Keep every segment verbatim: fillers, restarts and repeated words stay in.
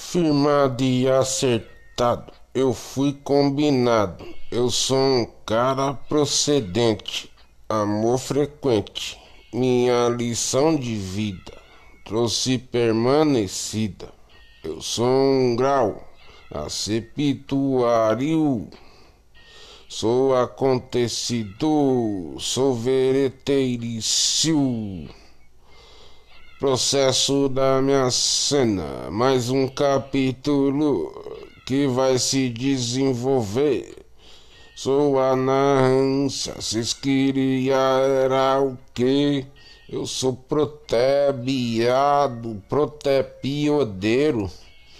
Firmado e acertado, eu fui combinado. Eu sou um cara procedente, amor frequente. Minha lição de vida trouxe permanecida. Eu sou um grau acepituário. Sou acontecido, sou vereterício. Processo da minha cena, mais um capítulo que vai se desenvolver. Sou a narrança, cês queria era o quê? Eu sou protebiado, protepiodeiro.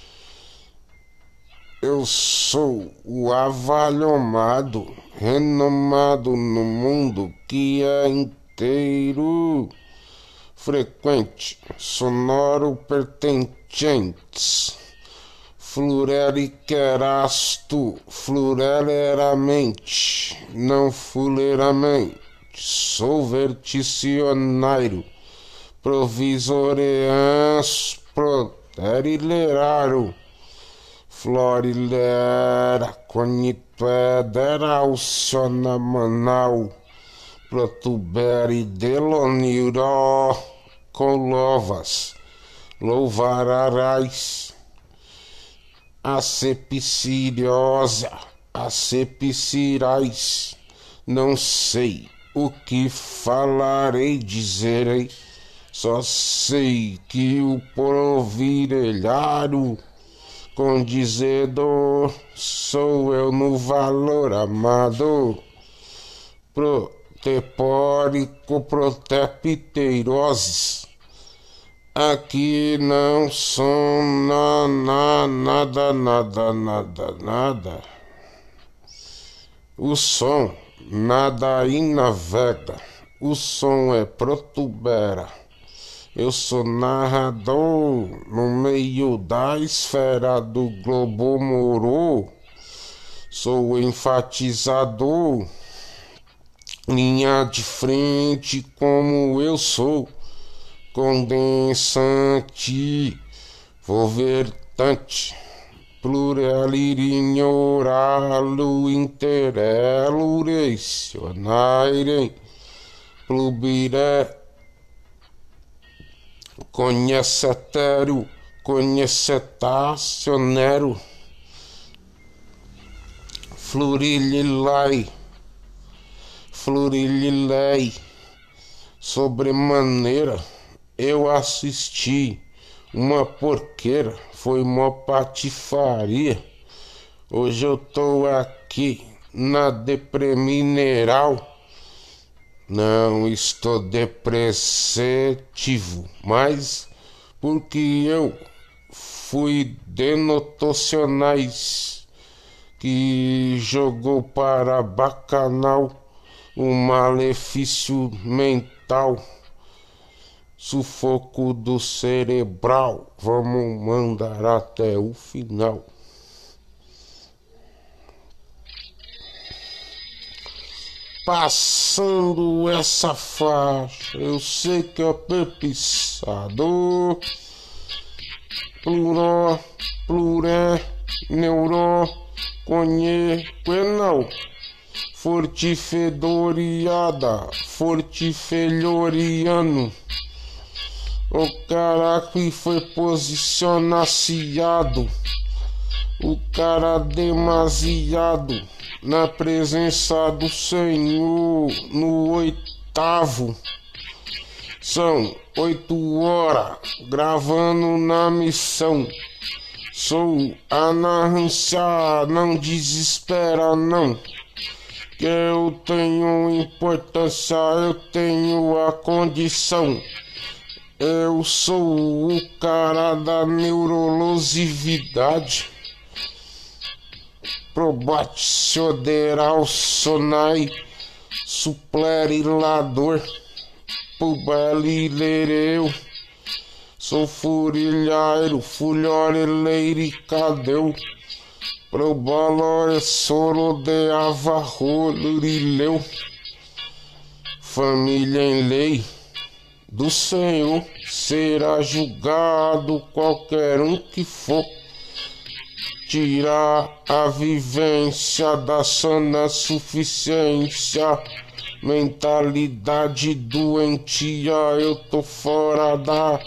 Eu sou o avalhomado, renomado no mundo que é inteiro. Frequente, sonoro pertencentes, flureriquerasto, flureleramente, não fuleiramente, sou verticionário, provisoreans, proterileraro, florilera, conituedera, alcionamanal, protubere deloniró, com lovas, louvararás, acepiciriosa, acepicirais, não sei o que falarei, dizerei, só sei que o provirelhário condizedor sou eu no valor amado, protepórico, protepteiroses. Aqui não são na, na, nada, nada, nada, nada. O som nada aí navega. O som é protubera. Eu sou narrador no meio da esfera do globo moro. Sou enfatizador. Linha de frente como eu sou. Condensante, volvertante, pluralirinhoralo, interelo, recionaire, plubire, conhecetério, conhecetacionero, flurililai, flurililei, sobremaneira. Eu assisti uma porqueira, foi uma patifaria. Hoje eu tô aqui na Depre Mineral. Não estou depreciativo, mas porque eu fui denotacionais que jogou para bacanal um malefício mental. Sufoco do cerebral, vamos mandar até o final. Passando essa faixa, eu sei que é perpissado. Pluró, pluré, neuró, conhe, quenal. Fortifedoriada, fortifelhoriano. O cara que foi posicionaciado, o cara demasiado na presença do Senhor no oitavo. São oito horas gravando na missão. Sou a narrança, não desespera não. Que eu tenho importância, eu tenho a condição. Eu sou o cara da neurologividade. Probatioderal sonai, suplerilador, pubelilereu. Sou furilhairo, fulhoreleiricadeu. Probalore solo de avarrorileu. Família em lei do Senhor será julgado qualquer um que for tirar a vivência da sana suficiência. Mentalidade doentia, eu tô fora da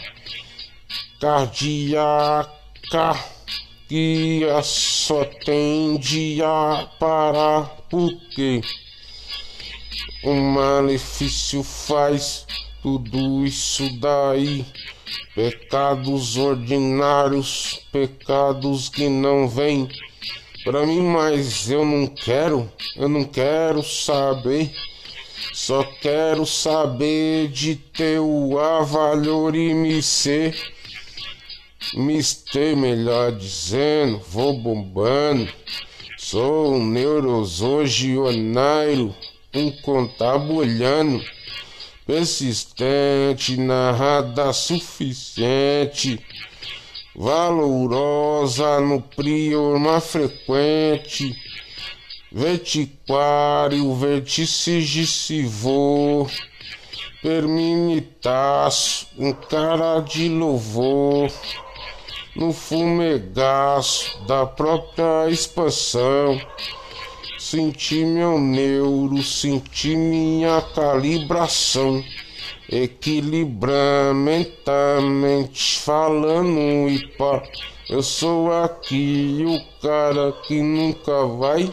cardíaca que só tende a parar porque o malefício faz tudo isso daí. Pecados ordinários, pecados que não vêm pra mim, mas eu não quero, eu não quero saber. Só quero saber de teu avalor e me ser, me ter, melhor dizendo, vou bombando. Sou um neurosogionairo, um contabulhano, persistente, narrada suficiente, valorosa no prior mais frequente, vertiquário, verticigissivô, perminitaço, um cara de louvor, no fumegaço da própria expansão. Senti meu neuro, senti minha calibração, equilibramentalmente falando e pá. Eu sou aqui o cara que nunca vai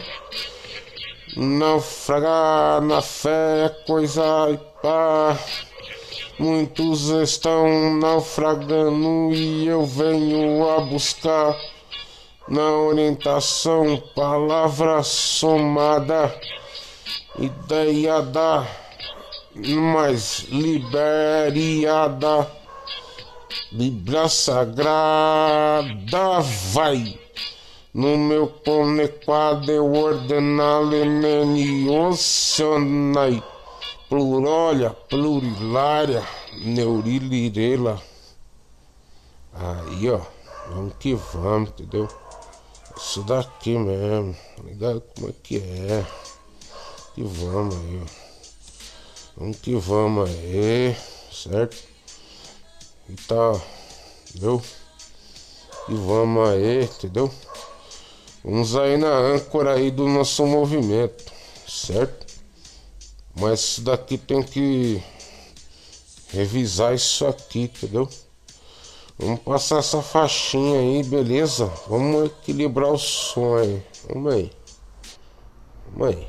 naufragar na fé, coisa e pá. Muitos estão naufragando e eu venho a buscar na orientação, palavra somada, ideia da mais liberiada, Bíblia Sagrada vai. No meu conequado eu ordenale meniocionai, plurólia, plurilária, neurilirela. Aí ó, vamos que vamos, entendeu? Isso daqui mesmo, ligado como é que é. Que vamos aí, ó. Vamos que vamos aí, certo? E tá, entendeu? E vamos aí, entendeu? Vamos aí na âncora aí do nosso movimento, certo? Mas isso daqui tem que revisar isso aqui, entendeu? Vamos passar essa faixinha aí, beleza? Vamos equilibrar o som aí. Vamos aí. Vamos aí.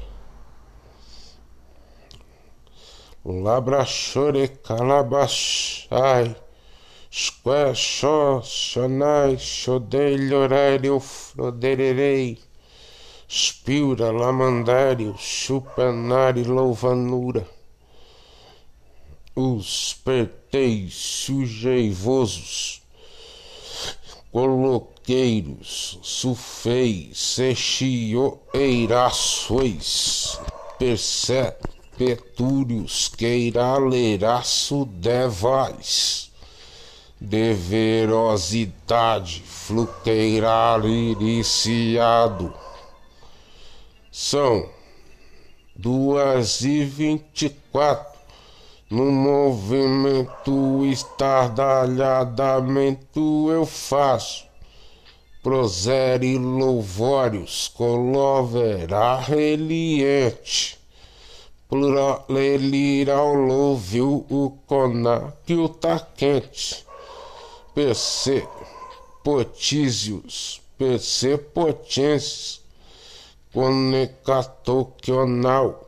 Labra chore calabachai. Square shó, xonai, xodelho horário, frodererei. Spiura, lamandário, chupanari, louvanura. Os perteis sujeivosos, coloqueiros, sufeis, sexioeiraçois, percepetúrios, queiraleraço devais, deverosidade, fluqueiraliriciado. São duas e vinte e quatro. No movimento estardalhadamento eu faço prosere louvórios, coloverá reliente, pluraleliral louvio o conáquio tá quente, perce potísios, perce potenses, conecatoquional,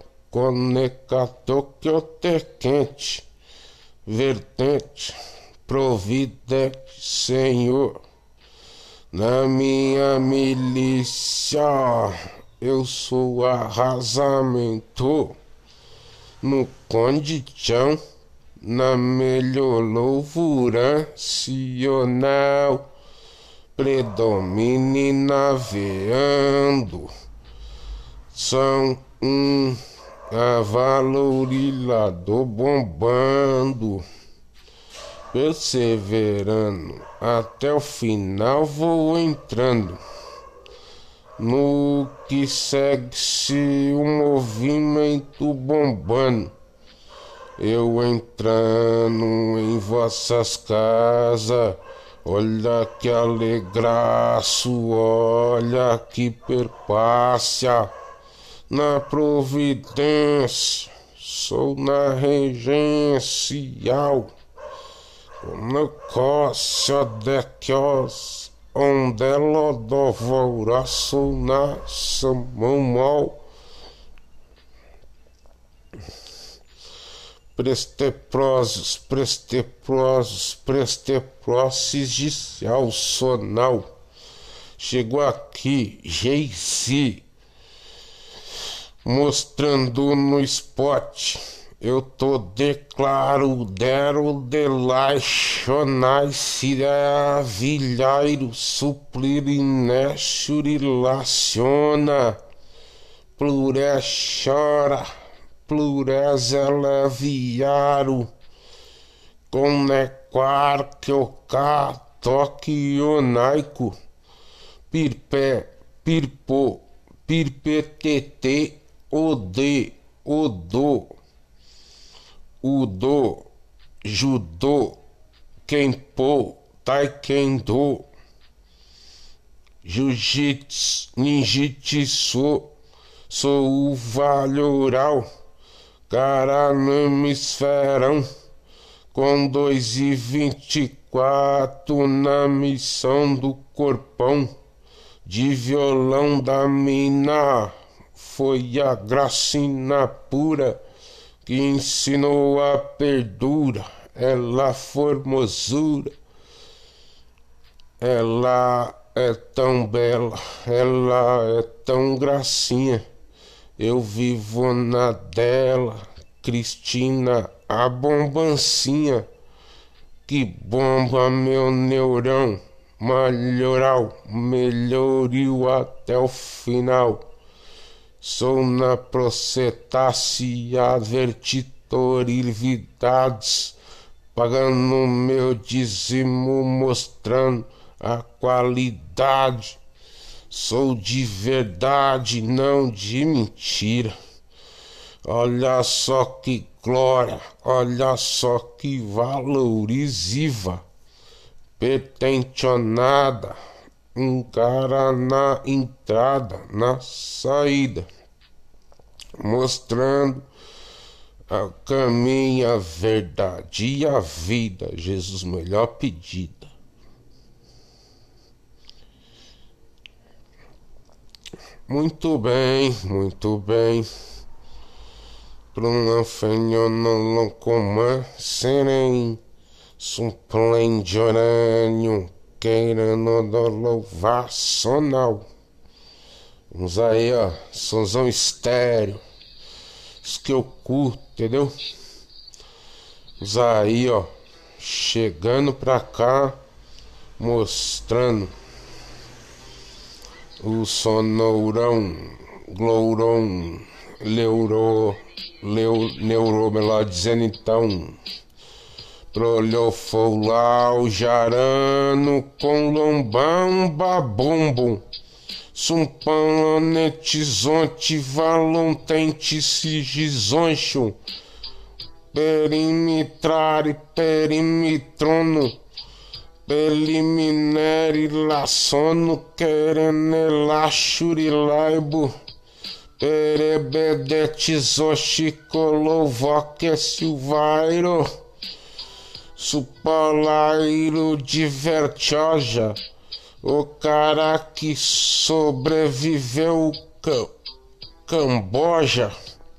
conecatoquiotequente, vertente, providente, Senhor. Na minha milícia eu sou arrasamento, no condição, na melhor louvura nacional, predomine naveando, são um avalorilador bombando, perseverando até o final, vou entrando no que segue-se o movimento bombando, eu entrando em vossas casas, Olha que alegraço, olha que perpácia na providência, sou na regencial, na cócia de quios, onde lodovora sou na samamol. Presteprosos, presteprosos, presteprossis sonal. Chegou aqui, Jay-Z, mostrando no spot. Eu tô declaro, dero, delaixonai, siravilhairo, suplir, inexurilaciona, pluré chora. Plures eleviaro, conequar que o cá, toque onaico, pirpé, pirpô, pirpetete, ode, odô, udô, judô, kenpô, taekwondo, jiu-jitsu, ninjitsu, sou o valhoral. Cara no hemisferão, com dois e vinte e quatro na missão do corpão, de violão da mina, foi a gracina pura, que ensinou a perdura, ela formosura, ela é tão bela, ela é tão gracinha. Eu vivo na dela, Cristina, a bombancinha, que bomba meu neurão, malhoral, melhoriu até o final. Sou na procetácea vertitorividades, pagando meu dízimo, mostrando a qualidade. Sou de verdade, não de mentira. Olha só que glória, olha só que valorisiva. Pertencionada, um cara na entrada, na saída, mostrando a caminho, a verdade e a vida. Jesus, melhor pedida. Muito bem, muito bem. Para um fenômeno como serem suplendorâneo, querendo do louvacional. Vamos aí, ó, sonzão estéreo, isso que eu curto, entendeu? Vamos aí, ó, chegando pra cá, mostrando o sonourão, glourão, leuro, leu, neuro, melhor dizendo então, prolhofolau, jarano, com lombão, babumbo, sumpão, netizonte, valontente, sigizoncho, perimetrare, perimetrono, Preliminare la sono querene churilaibo perebedetizochicolovoque silvairo supalairo divertioja, o cara que sobreviveu Camboja,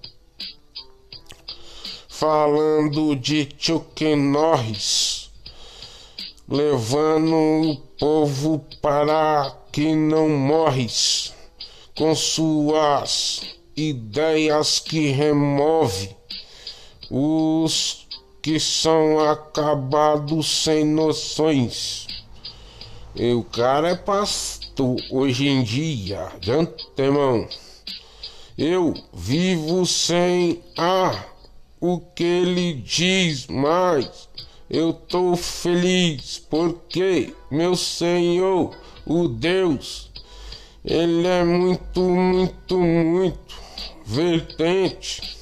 falando de Chuck Norris, levando o povo para que não morres, com suas ideias que remove os que são acabados sem noções. E o cara é pastor hoje em dia, de antemão. Eu vivo sem ah, o que ele diz, mas eu tô feliz porque meu Senhor, o Deus, Ele é muito, muito, muito vertente.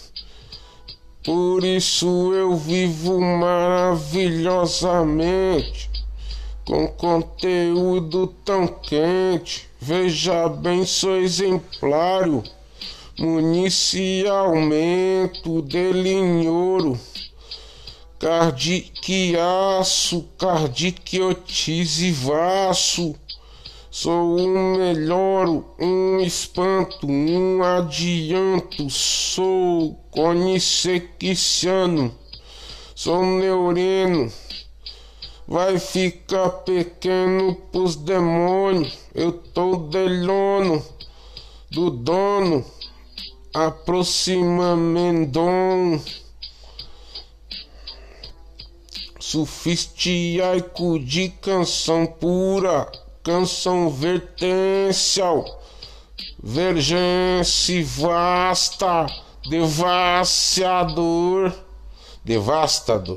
Por isso eu vivo maravilhosamente. com conteúdo tão quente. Veja bem, sou exemplário, municialmente delinhouro, cardiquiaço, cardiquiotise vaço. Sou um melhoro, um espanto, um adianto. Sou conissequiciano, sou neureno. Vai ficar pequeno pros demônios. Eu tô delhono do dono. Aproxima-mendon. Sufistiaico de canção pura, canção vertencial, vergência vasta, devaciador, devastador.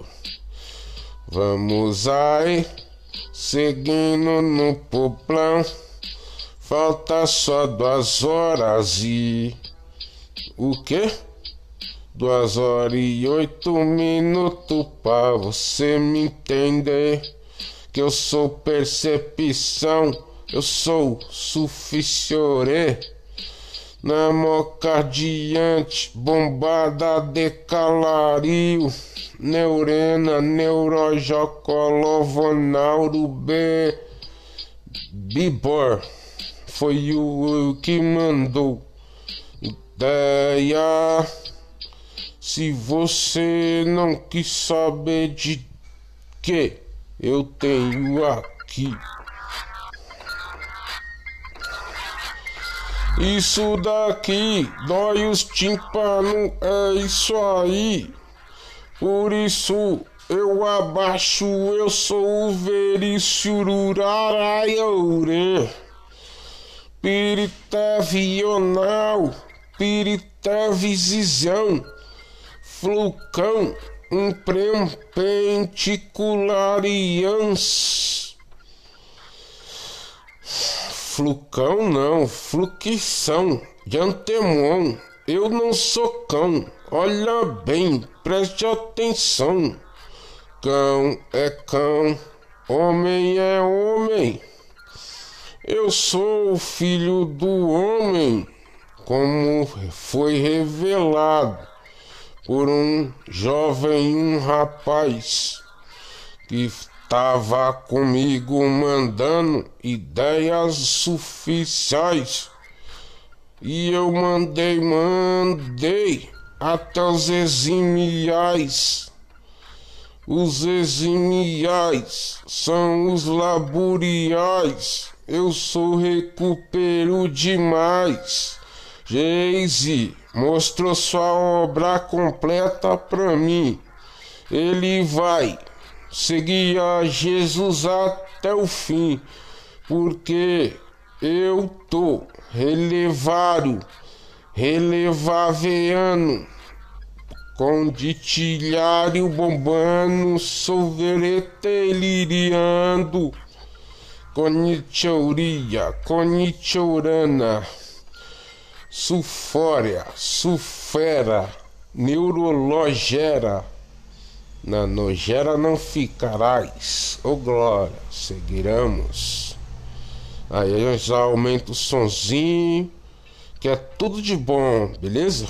Vamos aí, seguindo no poplão, falta só duas horas e... o quê? Duas horas e oito minutos pra você me entender. Que eu sou percepção, eu sou suficiore. Na mocardiante, bombada de calario, neurena, neurojocolovanauro, B, Bibor, foi o, o que mandou ideia. Se você não quis saber de que eu tenho aqui, isso daqui dói os tímpanos, é isso aí. Por isso eu abaixo, eu sou o vericiururaraiore. Pirité vional, pirité visizão, flucão, um prempenticulaриans. Flucão não, fluxição de antemon. Eu não sou cão, olha bem, preste atenção. Cão é cão, homem é homem. Eu sou o filho do homem, como foi revelado por um jovem, um rapaz que estava comigo mandando ideias suficiais. E eu mandei, mandei até os eximiais. Os eximiais são os laboriais. Eu sou recupero demais. Geise mostrou sua obra completa pra mim. Ele vai seguir a Jesus até o fim, porque eu tô relevário, relevaveano, conditilhário bombano, sou vereteliriando, conichouria, conichourana, sulfórea, sulfera, neurologera. Na nojera não ficarás, ô glória, seguiremos. Aí eu já aumento o sonzinho, que é tudo de bom, beleza?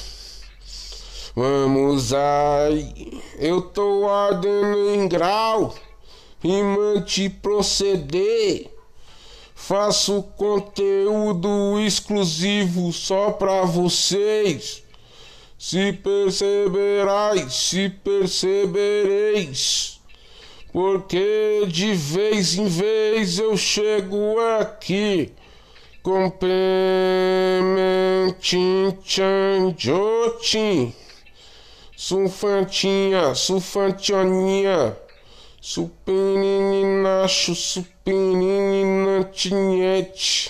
Vamos aí, eu tô ardendo em grau, rimante proceder. Faço conteúdo exclusivo só pra vocês. Se perceberais, se percebereis, porque de vez em vez eu chego aqui com pementin tchanjotin, sulfantinha, sulfantioninha, supininacho, supininantinhete,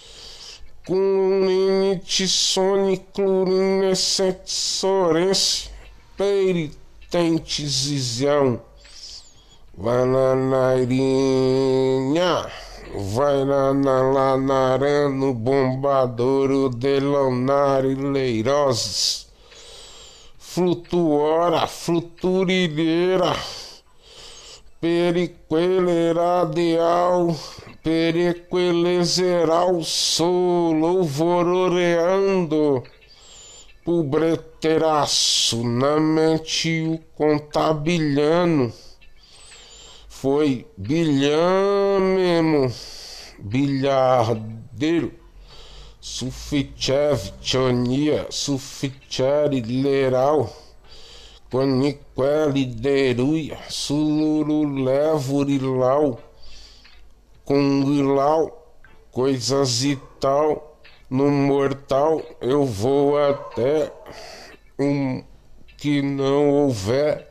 clorinite, sone, clorinescente, sorense, peritente, zizão. Vai na nairinha, vai na lanarano, bombadouro, delonare, leiroses, flutuora, fluturilheira, periqueleradeal, periquelezeral, sou louvororeando, pobreteraço, na mente o contabilhando, foi bilhão mesmo, bilhardeiro, Sufichev, Tchonia, Sufichere, Leral, Quaniquele, Deruia, Suluru, Levurilau, Kungilau, coisas e tal, no mortal eu vou até um que não houver.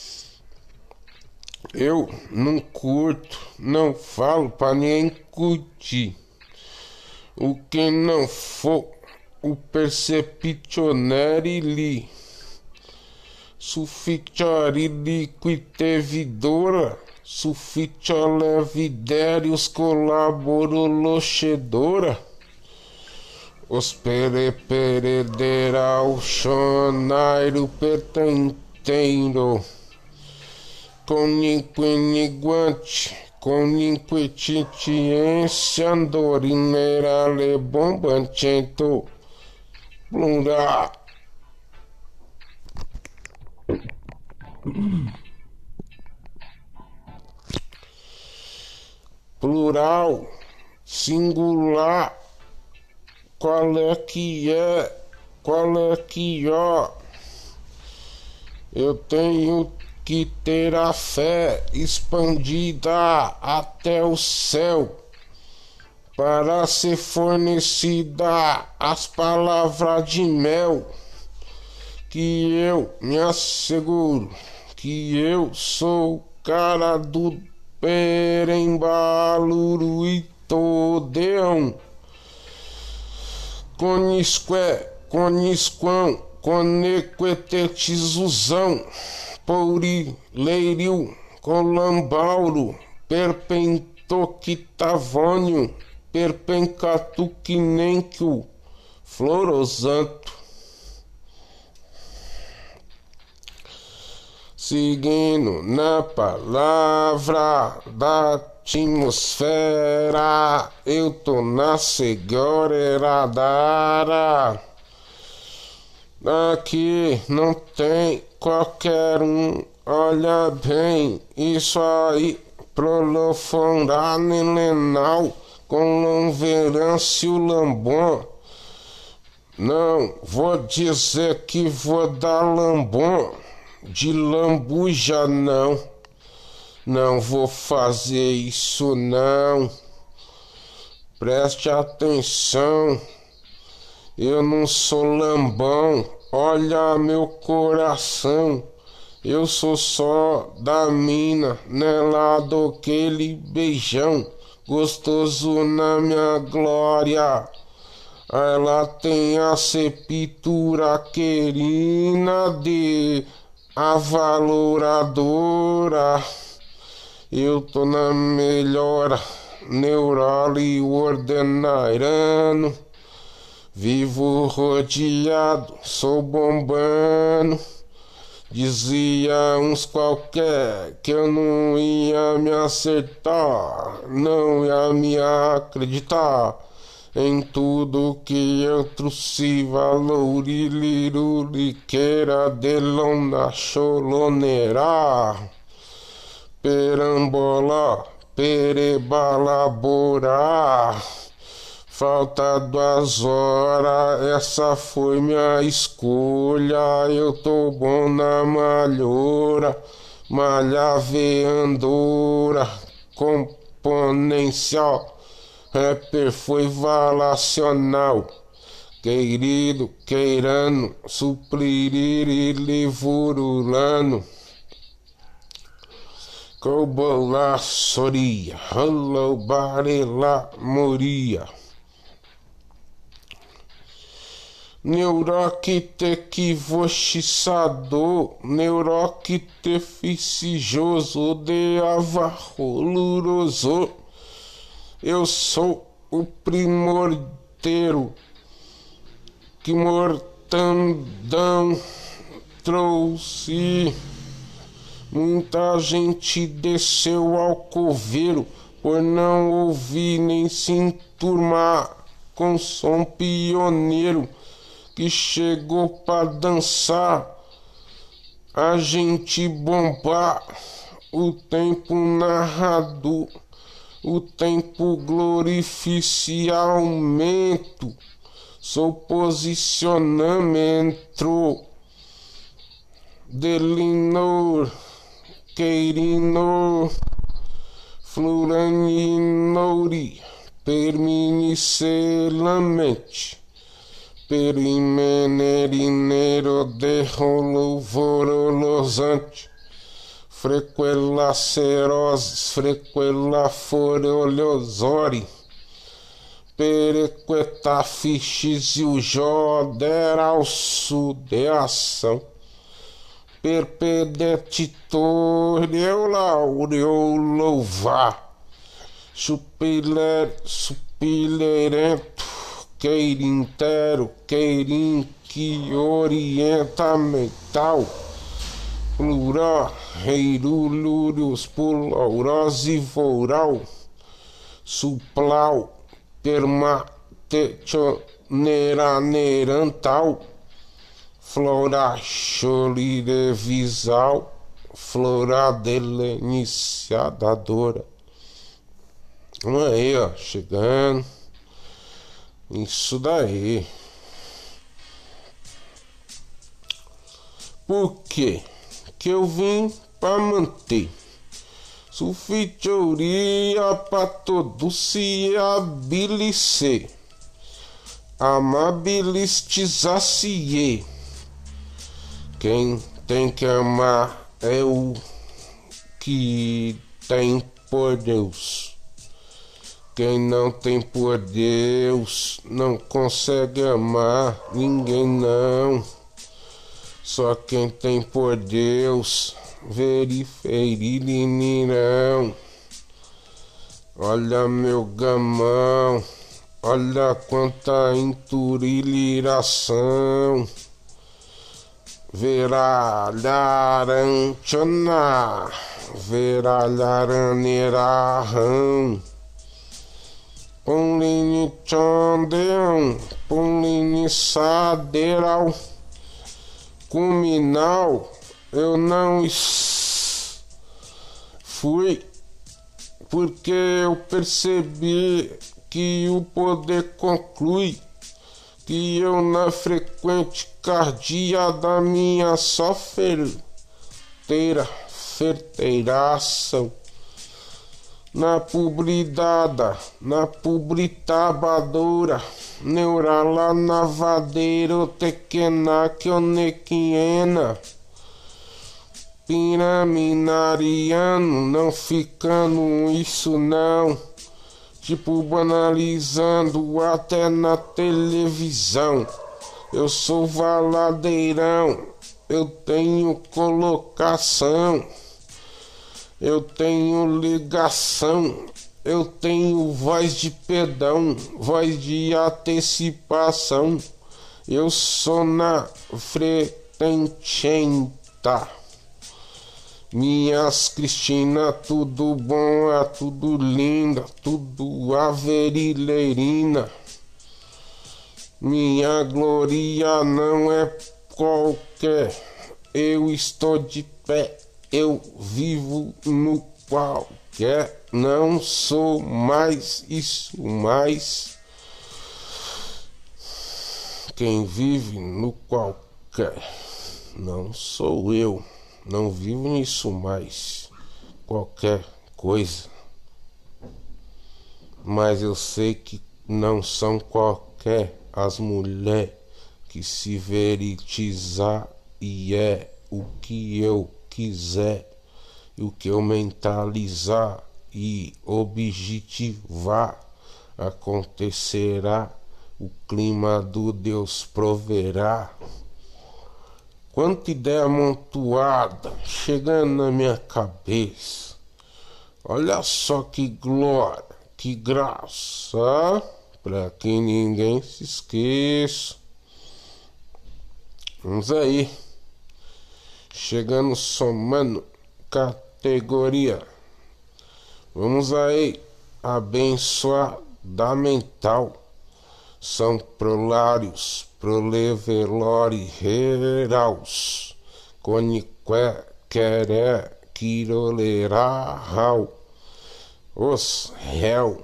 Eu não curto, não falo pra nem curtir. O que não for o perceptionere li, sufficiore liquitevidora, sufficiole viderius colaborolochedora, os pereperederal chonairo pertenteiro, coninquiniguante, coninquititiência andorinerale bombancento, plural. Plural, singular, qual é que é, qual é que ó, eu tenho que ter a fé expandida até o céu, para ser fornecida as palavras de mel, que eu me asseguro que eu sou cara do perembaluru e todeão, conisque, conisquão, conequetetizuzão, pouri, leiriu, colambauro, perpentoquitavônio, perpencatuquinenquio, florosanto. Seguindo na palavra da atmosfera, eu tô na segurera. Aqui não tem qualquer um, olha bem, isso aí, prolofondar nilenal, com lamverâncio lambom. Não vou dizer que vou dar lambom, de lambuja não, não vou fazer isso não, preste atenção, eu não sou lambão, olha meu coração, eu sou só da mina, nela do aquele beijão, gostoso na minha glória, ela tem a sepultura querina de a valoradora, eu tô na melhora, neurale ordenarano, vivo rodeado, sou bombando, dizia uns qualquer que eu não ia me acertar, não ia me acreditar em tudo que eu trouxe valor e liruriqueira de londa cholonera, perambola, perebalabora, falta duas horas, essa foi minha escolha, eu tô bom na malhora, malha veandora, componencial, rapper foi valacional, querido, queirano, suprir e livurulano, cobola soria, hello barela moria, neuroquitequivoxiçador, neuroquiteficijoso de avarroluroso. Eu sou o primorteiro que mortandão trouxe Muita gente desceu ao coveiro por não ouvir nem se enturmar com som pioneiro que chegou pra dançar, a gente bombar. O tempo narrado, o tempo glorificiamento, sou posicionamento, delinor, queirino, fluraninouri, perminicelamente, perimenerinero de rolovorolosante, frequela seroses, frequela forolosori, perequeta fiches e o joderalço de ação, perpedetitor eu laureu louvar, supiler, supilerento, queirintero, queirim que orienta mental, plural, reirulúrios, pulaurose voral, suplau, permatetioneranerantal, flora cholirevisal, flora deleniciadadora. Vamos aí, ó, chegando. Isso daí. Por quê? Que eu vim pra manter sulfiteoria pra todos se habilicer, amabilistizar-se. Quem tem que amar é o que tem por Deus. Quem não tem por Deus não consegue amar ninguém, não. Só quem tem por Deus veriferirão. Olha meu gamão, olha quanta inturiliração. Veralharanchana, veralharanerahão. Punlini chandeão, punlini saderal. Cuminal, eu não fui, porque eu percebi que o poder conclui que eu na frequente cardia da minha só ferteira, ferteiração, na publidada, na publitabadora, neurala navadeiro tequena que onequiena, piraminariano, não ficando isso não, tipo banalizando até na televisão. Eu sou valadeirão, eu tenho colocação, eu tenho ligação, eu tenho voz de pedão, voz de antecipação. Eu sou na fretententa. Minhas Cristina, tudo bom, é tudo linda, tudo averileirina. Minha gloria não é qualquer, eu estou de pé, eu vivo no qualquer, não sou mais isso, mais quem vive no qualquer, não sou eu, não vivo nisso mais, qualquer coisa, mas eu sei que não são qualquer as mulheres que se veritizar e é o que eu quiser, e o que eu mentalizar e objetivar acontecerá, o clima do Deus proverá. Quanta ideia amontoada chegando na minha cabeça, olha só que glória, que graça, pra que ninguém se esqueça. Vamos aí, chegando somando categoria. Vamos aí, abençoada mental. São prolários, prolevelori, heraus, conique, queré, quirolera, rau. Os réu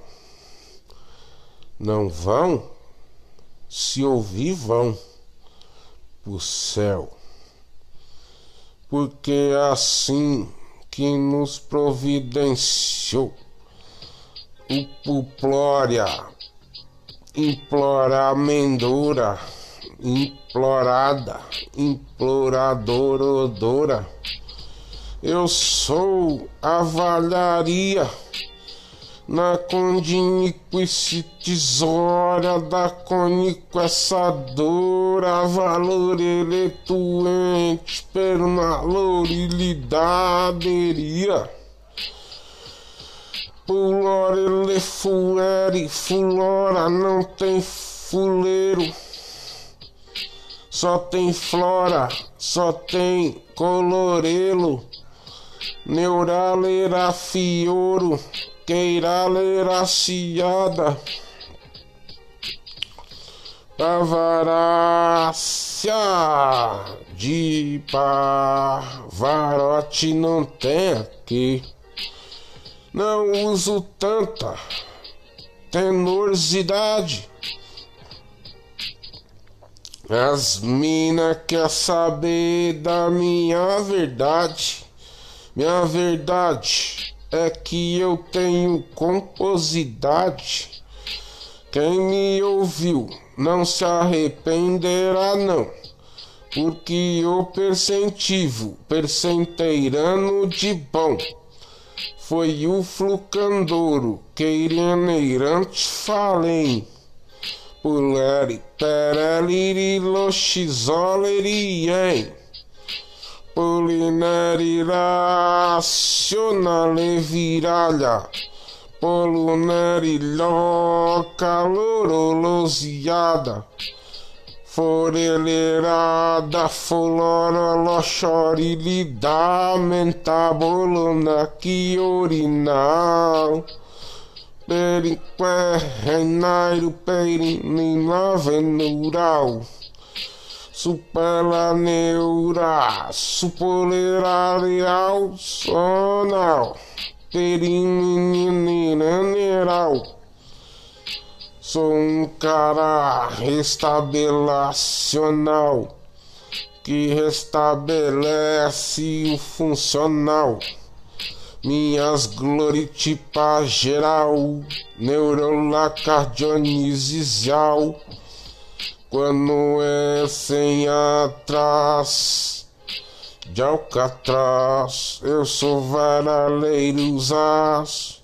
não vão, se ouvir vão pro céu, porque é assim que nos providenciou o puplória, imploramendora, implorada, imploradora, odora. Eu sou a valharia na condiniquicitizória da coniquessadora, valor eletuente, pernalorilidaderia. Pulor elefuere, fulora, não tem fuleiro, só tem flora, só tem colorelo, neuralera fioro, queiralera ciada, pavarácia de Pavarotti não tem aqui. Não uso tanta tenorsidade. As mina quer saber da minha verdade. Minha verdade é que eu tenho composidade. Quem me ouviu não se arrependerá não, porque o percentivo, percenteirano de bom, foi o flucandouro que irianeirante falem. Puleri, pereliri, loxizoleriem. Polineri, racionale, viralha. Poluneri, loca, lorolosiada. Forelerada, folora, lochorilida, mentabolona, que orinal. Periqué, reinairo, perinina, venural. Supela neura, supolerarial, sonal. Perinininineral. Sou um cara restabelacional que restabelece o funcional. Minhas gloritipas geral, neurolacardionizicial. Quando é sem atrás de Alcatraz, eu sou varaleiros as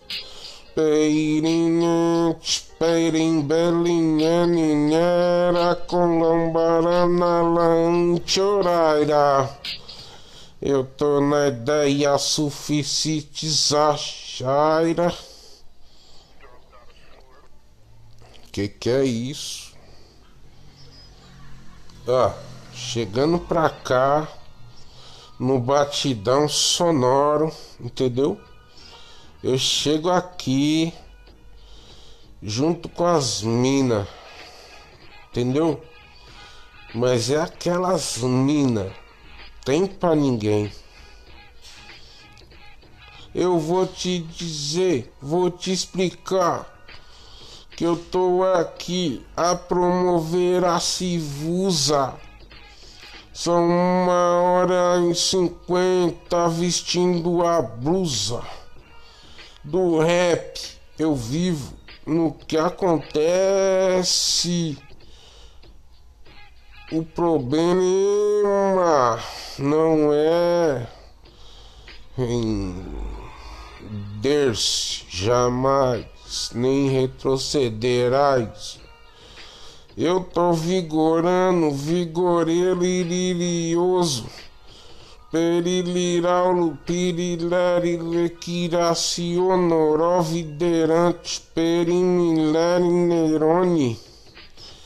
peirinente, peirim, belinha, ninhera, com lambarana, lanchoraira. Eu tô na ideia suficientizachaira. Que que é isso? Ah, chegando pra cá no batidão sonoro, entendeu? Eu chego aqui junto com as minas, entendeu? Mas é aquelas minas, tem pra ninguém. Eu vou te dizer, vou te explicar que eu tô aqui a promover a Civusa. São uma hora e cinquenta vestindo a blusa do rap. Eu vivo no que acontece. O problema não é render-se jamais, nem retrocederás. Eu tô vigorando, vigorelirioso, periliraulo, pirilerilequiracionoroviderante, perimilerineirone.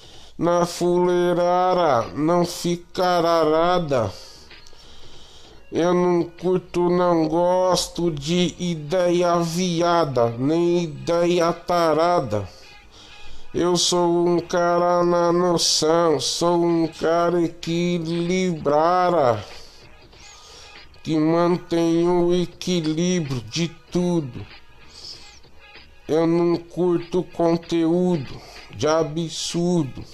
Na fuleirara não ficará arada. Eu não curto, não gosto de ideia viada, nem ideia tarada. Eu sou um cara na noção, sou um cara equilibrado, que mantém o equilíbrio de tudo. Eu não curto conteúdo de absurdo.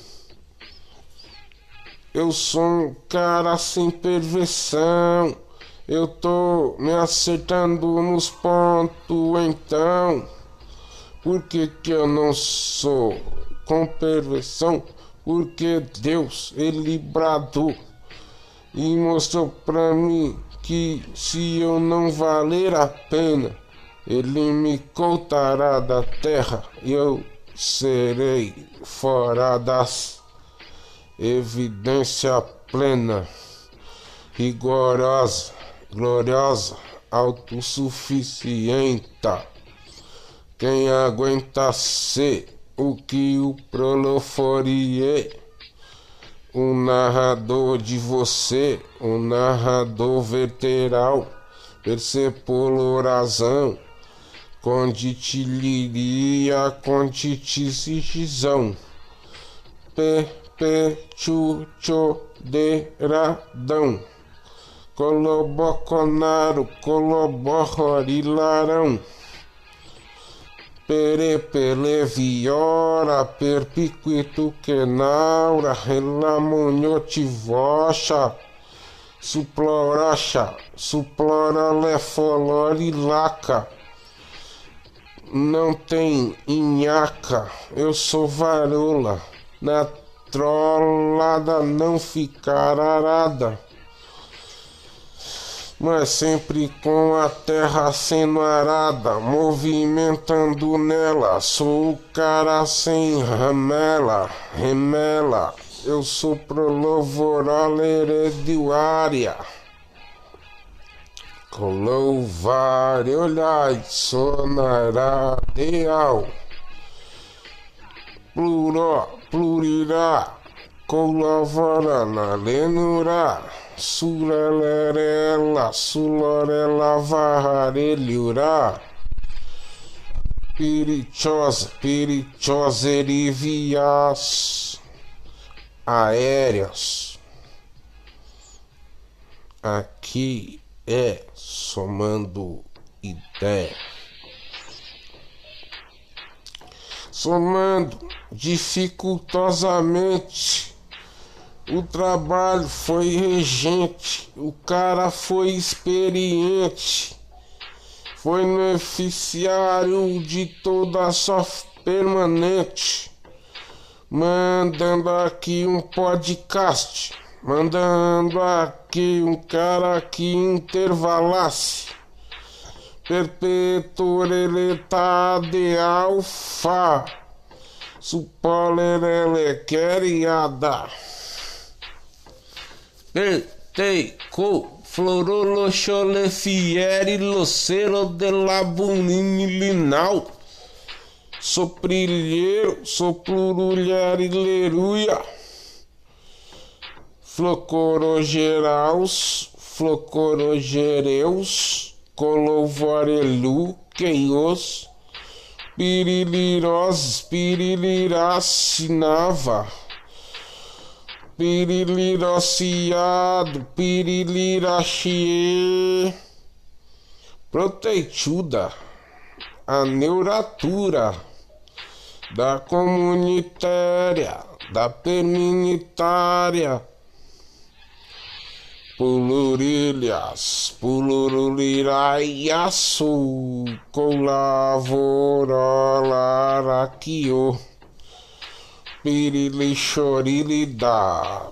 Eu sou um cara sem perversão. Eu tô me acertando nos pontos, então. Por que que eu não sou com perversão? Porque Deus, Ele bradou e mostrou pra mim que se eu não valer a pena, Ele me cortará da terra e eu serei fora das evidência plena, rigorosa, gloriosa, autossuficiente. Quem aguenta ser o que o proloforier, o narrador de você, o narrador verteral, persepolorazão, conditiliria, conditicisão, perpetuchoderadão, coloboconaro, coloborilarão, perepeleviora, perpiquito quenaura, relamonhotivocha, suploracha, suplora lefolorilaca. Não tem inhaca, eu sou varola, na trollada não ficar arada, mas sempre com a terra sendo arada, movimentando nela. Sou o cara sem ramela, remela. Eu sou prolovoral herediária, colovar, olhai, sonaradeal, pluró, plurirá, colavorana, lenurá, suralerela, sulorela, varrelhurá, perichosa, perichosa, erivias, aéreas. Aqui é somando ideia, somando dificultosamente. O trabalho foi regente, o cara foi experiente, foi beneficiário de toda a soft permanente, mandando aqui um podcast, mandando aqui um cara que intervalasse, perpetueleta de alfa, supolerelequeriada. Perteico, florolocholefieri, locero de labunilinal, soprilheiro, soplurulherileruia, flocorogeraus, flocorogereus, colovorelu, queios, pirilirós, piriliracinava, pirilirociado, pirilirachie, proteituda, a neuratura da comunitária, da perminitária, pulurilhas, puluruliraiaçu, colavorolaraquio, pirilixorilida,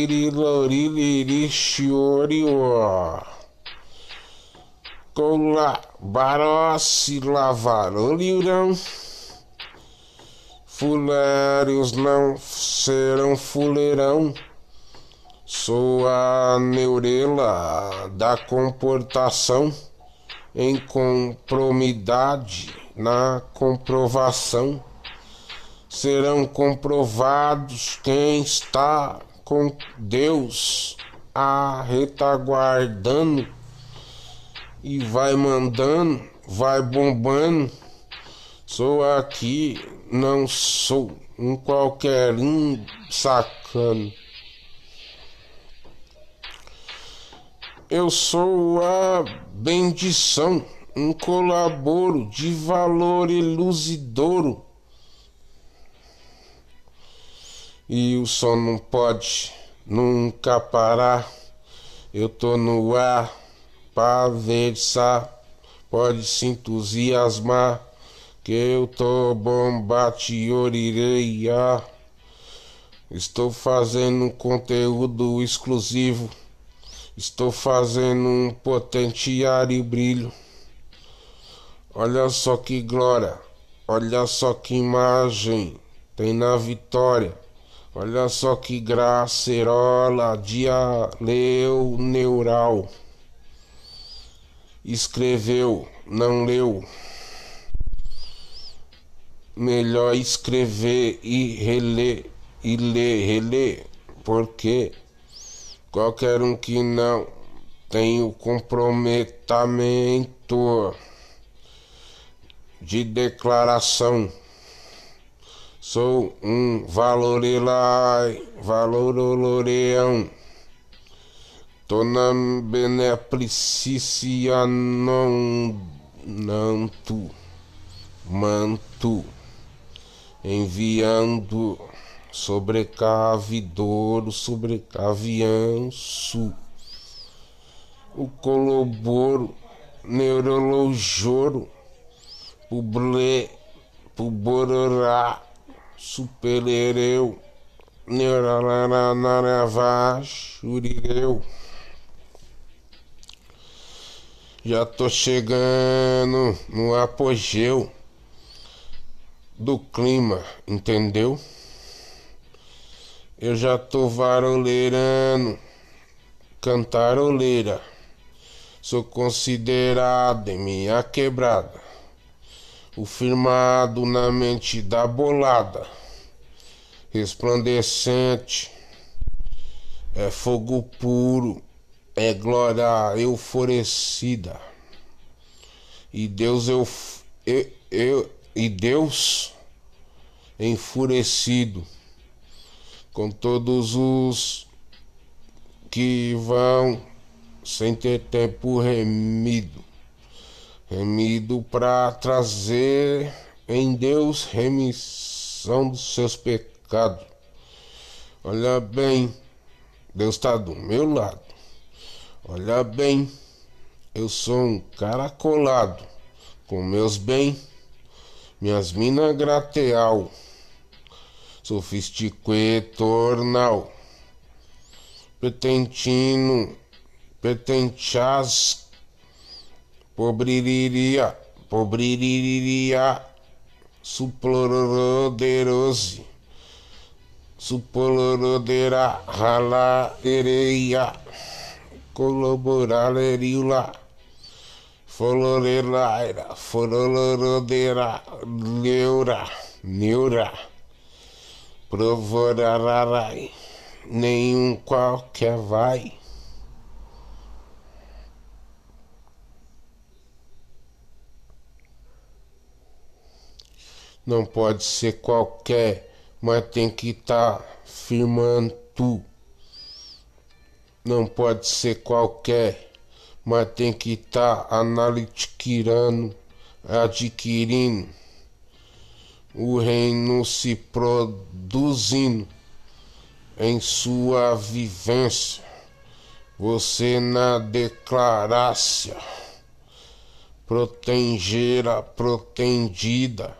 pirilorilirixiorio, cola, barossi, lavaroliurão, fulérios não serão fuleirão. Sou a neurela da comportação em compromidade na comprovação. Serão comprovados quem está com Deus a retaguardando e vai mandando, vai bombando. Sou aqui, não sou um qualquer um sacano. Eu sou a bendição, um colaboro de valor elucidouro. E o som não pode nunca parar. Eu tô no ar pra versar. Pode se entusiasmar que eu tô bombateorireia. Estou fazendo um conteúdo exclusivo. Estou fazendo um potenciário e brilho. Olha só que glória. Olha só que imagem tem na vitória. Olha só que gracerola de aleu neural. Escreveu, não leu. Melhor escrever e reler, e ler, reler, porque qualquer um que não tem o comprometimento de declaração. Sou um valorelai, valoroloreão. Tô na beneficência não, não tu, manto, enviando sobrecavidouro, sobrecavianço, o coloboro, neurologoro, puble, pubororá, superereu, neuralaranarava, churireu. Já tô chegando no apogeu do clima, entendeu? Eu já tô varoleirando, cantaroleira. Sou considerado em minha quebrada o firmado na mente da bolada. Resplandecente, é fogo puro, é glória euforecida. E Deus eu, eu, eu e Deus enfurecido com todos os que vão sem ter tempo remido, remido para trazer em Deus remissão dos seus pecados. Olha bem, Deus está do meu lado. Olha bem, eu sou um cara colado com meus bem, minhas minas grateal, sofistiquetornal, pretentino, pretentias, pobririria, pobririria, suploroderose, supolorodera, ralaereia, colaboraleriula, folorelaira, folororodera, neura, neura, provorarai, nenhum qualquer vai. Não pode ser qualquer, mas tem que estar tá firmando tu. Não pode ser qualquer, mas tem que estar tá analitiquirando, adquirindo, o reino se produzindo em sua vivência. Você na declarácia, protengera, protendida,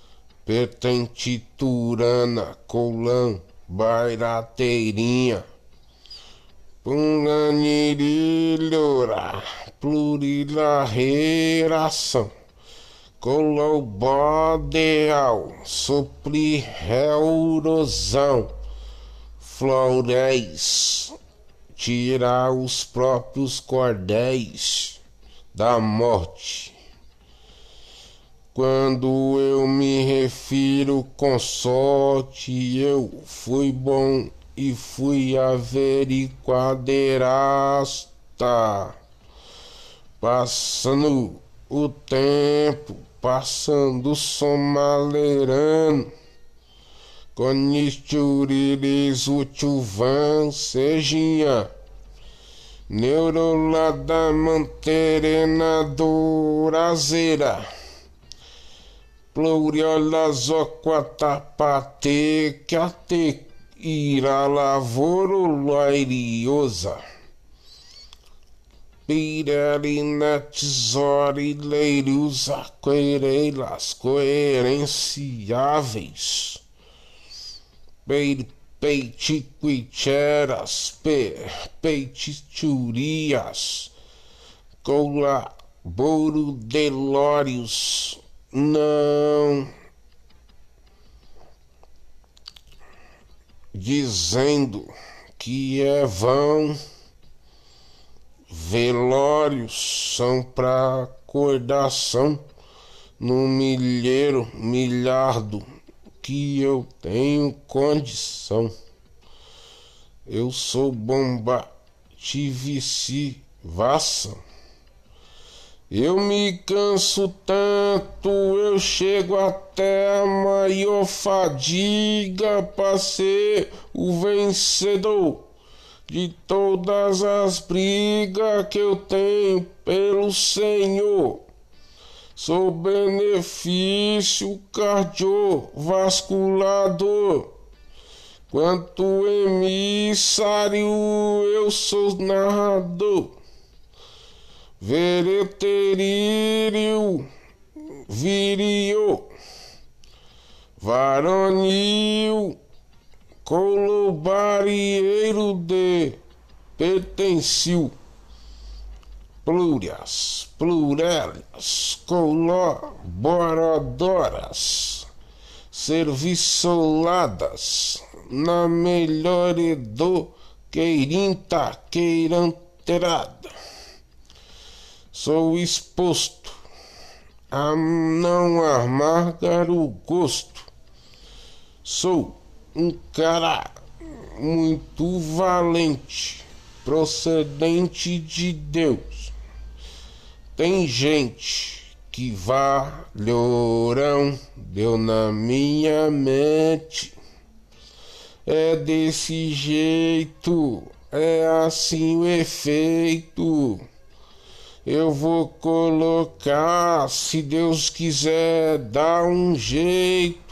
pertentiturana, colã, bairateirinha, punanirilhora, plurilarreiração, colobodeal, soplirreurosão, floréis, tirar os próprios cordéis da morte. Quando eu me refiro com sorte, eu fui bom e fui averiguadeirasta. Passando o tempo, passando o som maleirando. Conisturiris uchuvan sejinha. Neurolada manterena dorazeira. Pluriola zoquatapate cate ira lavoro lairiosa. Pirarina tesori leirios aquereilas coerenciáveis. Peitiquicheras, peitichurias, colaboro delórios, não, dizendo que é vão, velórios são pra acordação, no milheiro, milhardo, que eu tenho condição. Eu sou bomba, tive se vação. Eu me canso tanto, eu chego até a maior fadiga pra ser o vencedor de todas as brigas que eu tenho pelo Senhor. Sou benefício cardiovasculador. Quanto emissário, eu sou narrador. Vereterírio, virio, varonil, colobarieiro de pertencil. Plúrias, plurélias, colaboradoras, serviçoladas, na melhor do queirinta queiranterada. Sou exposto a não amargar o gosto. Sou um cara muito valente, procedente de Deus. Tem gente que valorão deu na minha mente. É desse jeito, é assim o efeito. Eu vou colocar, se Deus quiser, dar um jeito.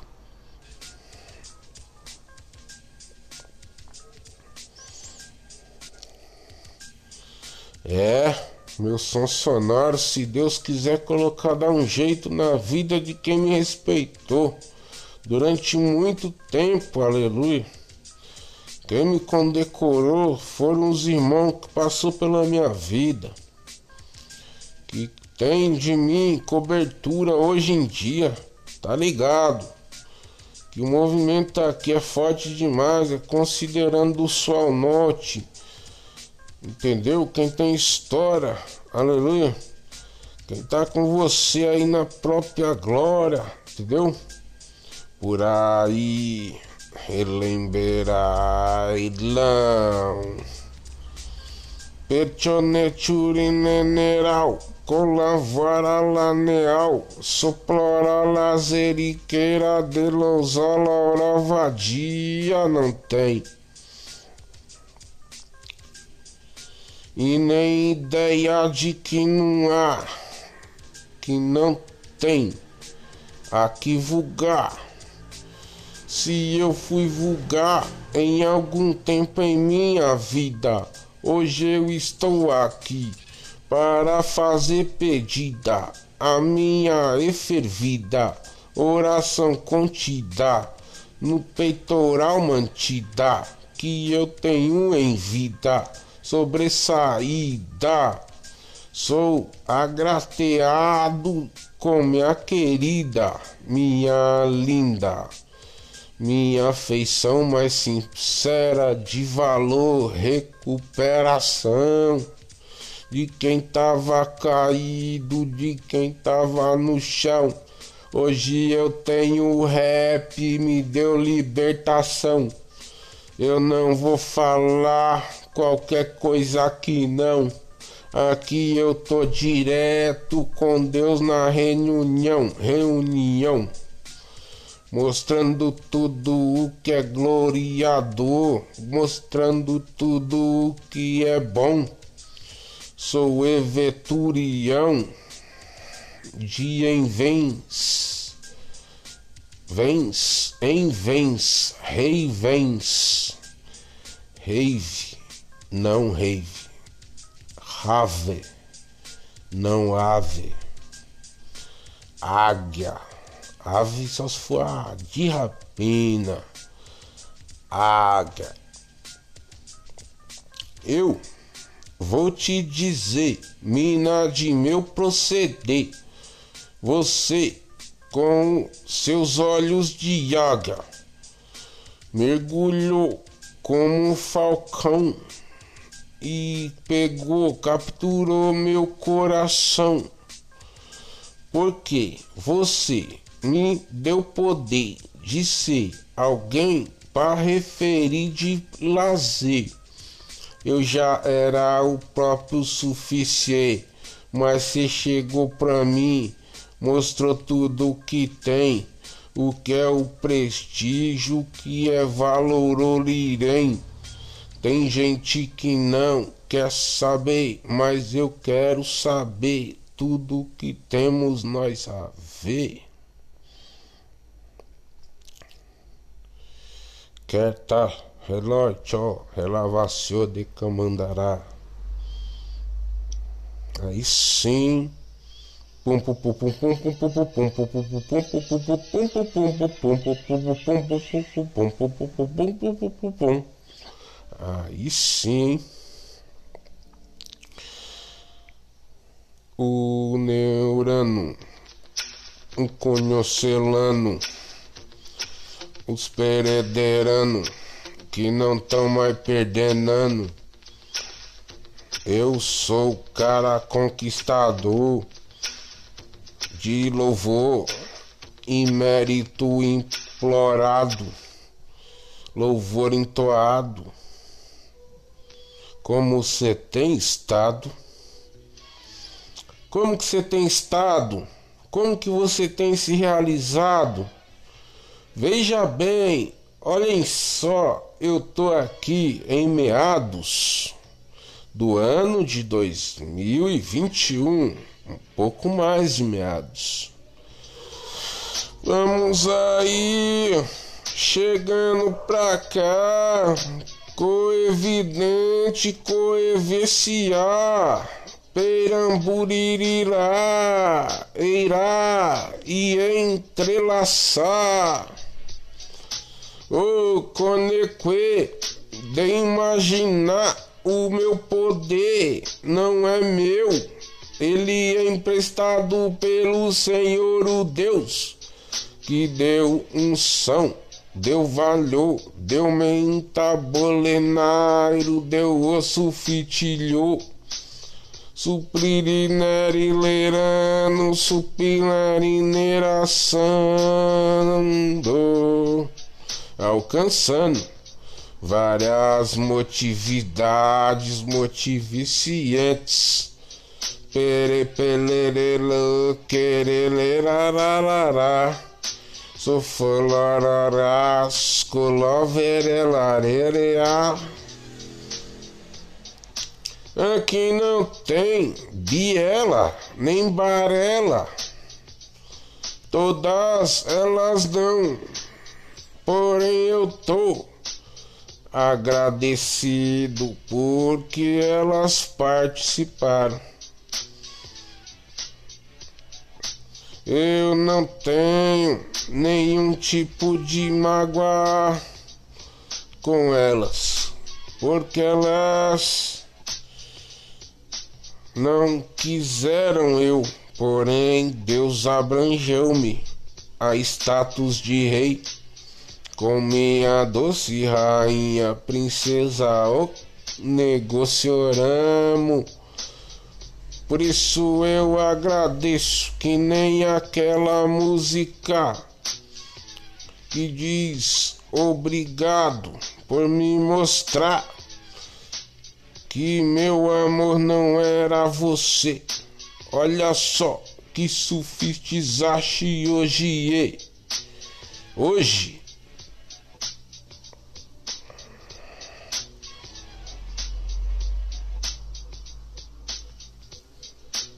É, meu som sonoro, se Deus quiser colocar, dar um jeito na vida de quem me respeitou durante muito tempo, aleluia. Quem me condecorou foram os irmãos que passou pela minha vida, que tem de mim cobertura hoje em dia, tá ligado? Que o movimento aqui é forte demais, é considerando do sul ao norte, entendeu? Quem tem história, aleluia, quem tá com você aí na própria glória, entendeu? Por aí, relemberai não. Petioneturineneral, colavara laneal, soplora lazeriqueira de lousala oravadia não tem. E nem ideia de que não há, que não tem a que vulgar. Se eu fui vulgar em algum tempo em minha vida, hoje eu estou aqui para fazer pedida, a minha efervida, oração contida, no peitoral mantida, que eu tenho em vida, sobressaída. Sou agraciado com minha querida, minha linda. Minha afeição mais sincera, de valor, recuperação de quem tava caído, de quem tava no chão. Hoje eu tenho rap, me deu libertação. Eu não vou falar qualquer coisa aqui não. Aqui eu tô direto com Deus na reunião, reunião, mostrando tudo o que é gloriador, mostrando tudo o que é bom. Sou eveturião, dia em vens, vens, em vens, rei vens, rave, não rave. Rave, não ave. Águia, ave só se for a de rapina. Águia. Eu vou te dizer, mina de meu proceder, você com seus olhos de águia mergulhou como um falcão e pegou, capturou meu coração, porque você me deu poder de ser alguém para referir de lazer. Eu já era o próprio suficiente, mas você chegou pra mim, mostrou tudo o que tem, o que é o prestígio, o que é valor olirém. Tem gente que não quer saber, mas eu quero saber tudo que temos nós a ver. Quer tá relógio, relavação de camandará. Aí sim. Pum pum pum pum pum pum pum pum pum pum pum pum pum pum pum. Aí sim, o neurano, o conhocelano, os perederano, que não tão mais perdendo. Eu sou o cara conquistador de louvor e mérito implorado, louvor entoado. Como você tem estado? Como que você tem estado? Como que você tem se realizado? Veja bem, olhem só, eu tô aqui em meados do ano de dois mil e vinte e um, um pouco mais de meados. Vamos aí, chegando pra cá. Coevidente, coeveciar, peramburirirá, irá e entrelaçar. O coneque de imaginar o meu poder não é meu, ele é emprestado pelo Senhor o Deus, que deu unção, deu valor, deu mentabolenairo, deu osso fitilhou, supririner-lerano, supilarineiraçando, alcançando várias motividades motivicientes, perepelelelo, querelerararará, sofolararás, coloverelarereá. Aqui não tem biela, nem barela, todas elas dão, porém eu tô agradecido porque elas participaram. Eu não tenho nenhum tipo de mágoa com elas, porque elas não quiseram eu, porém Deus abrangeu-me a status de rei, com minha doce rainha princesa, o negocioramos. Por isso eu agradeço, que nem aquela música que diz obrigado por me mostrar que que meu amor não era você. Olha só que sufistizaste hoje, ei. Hoje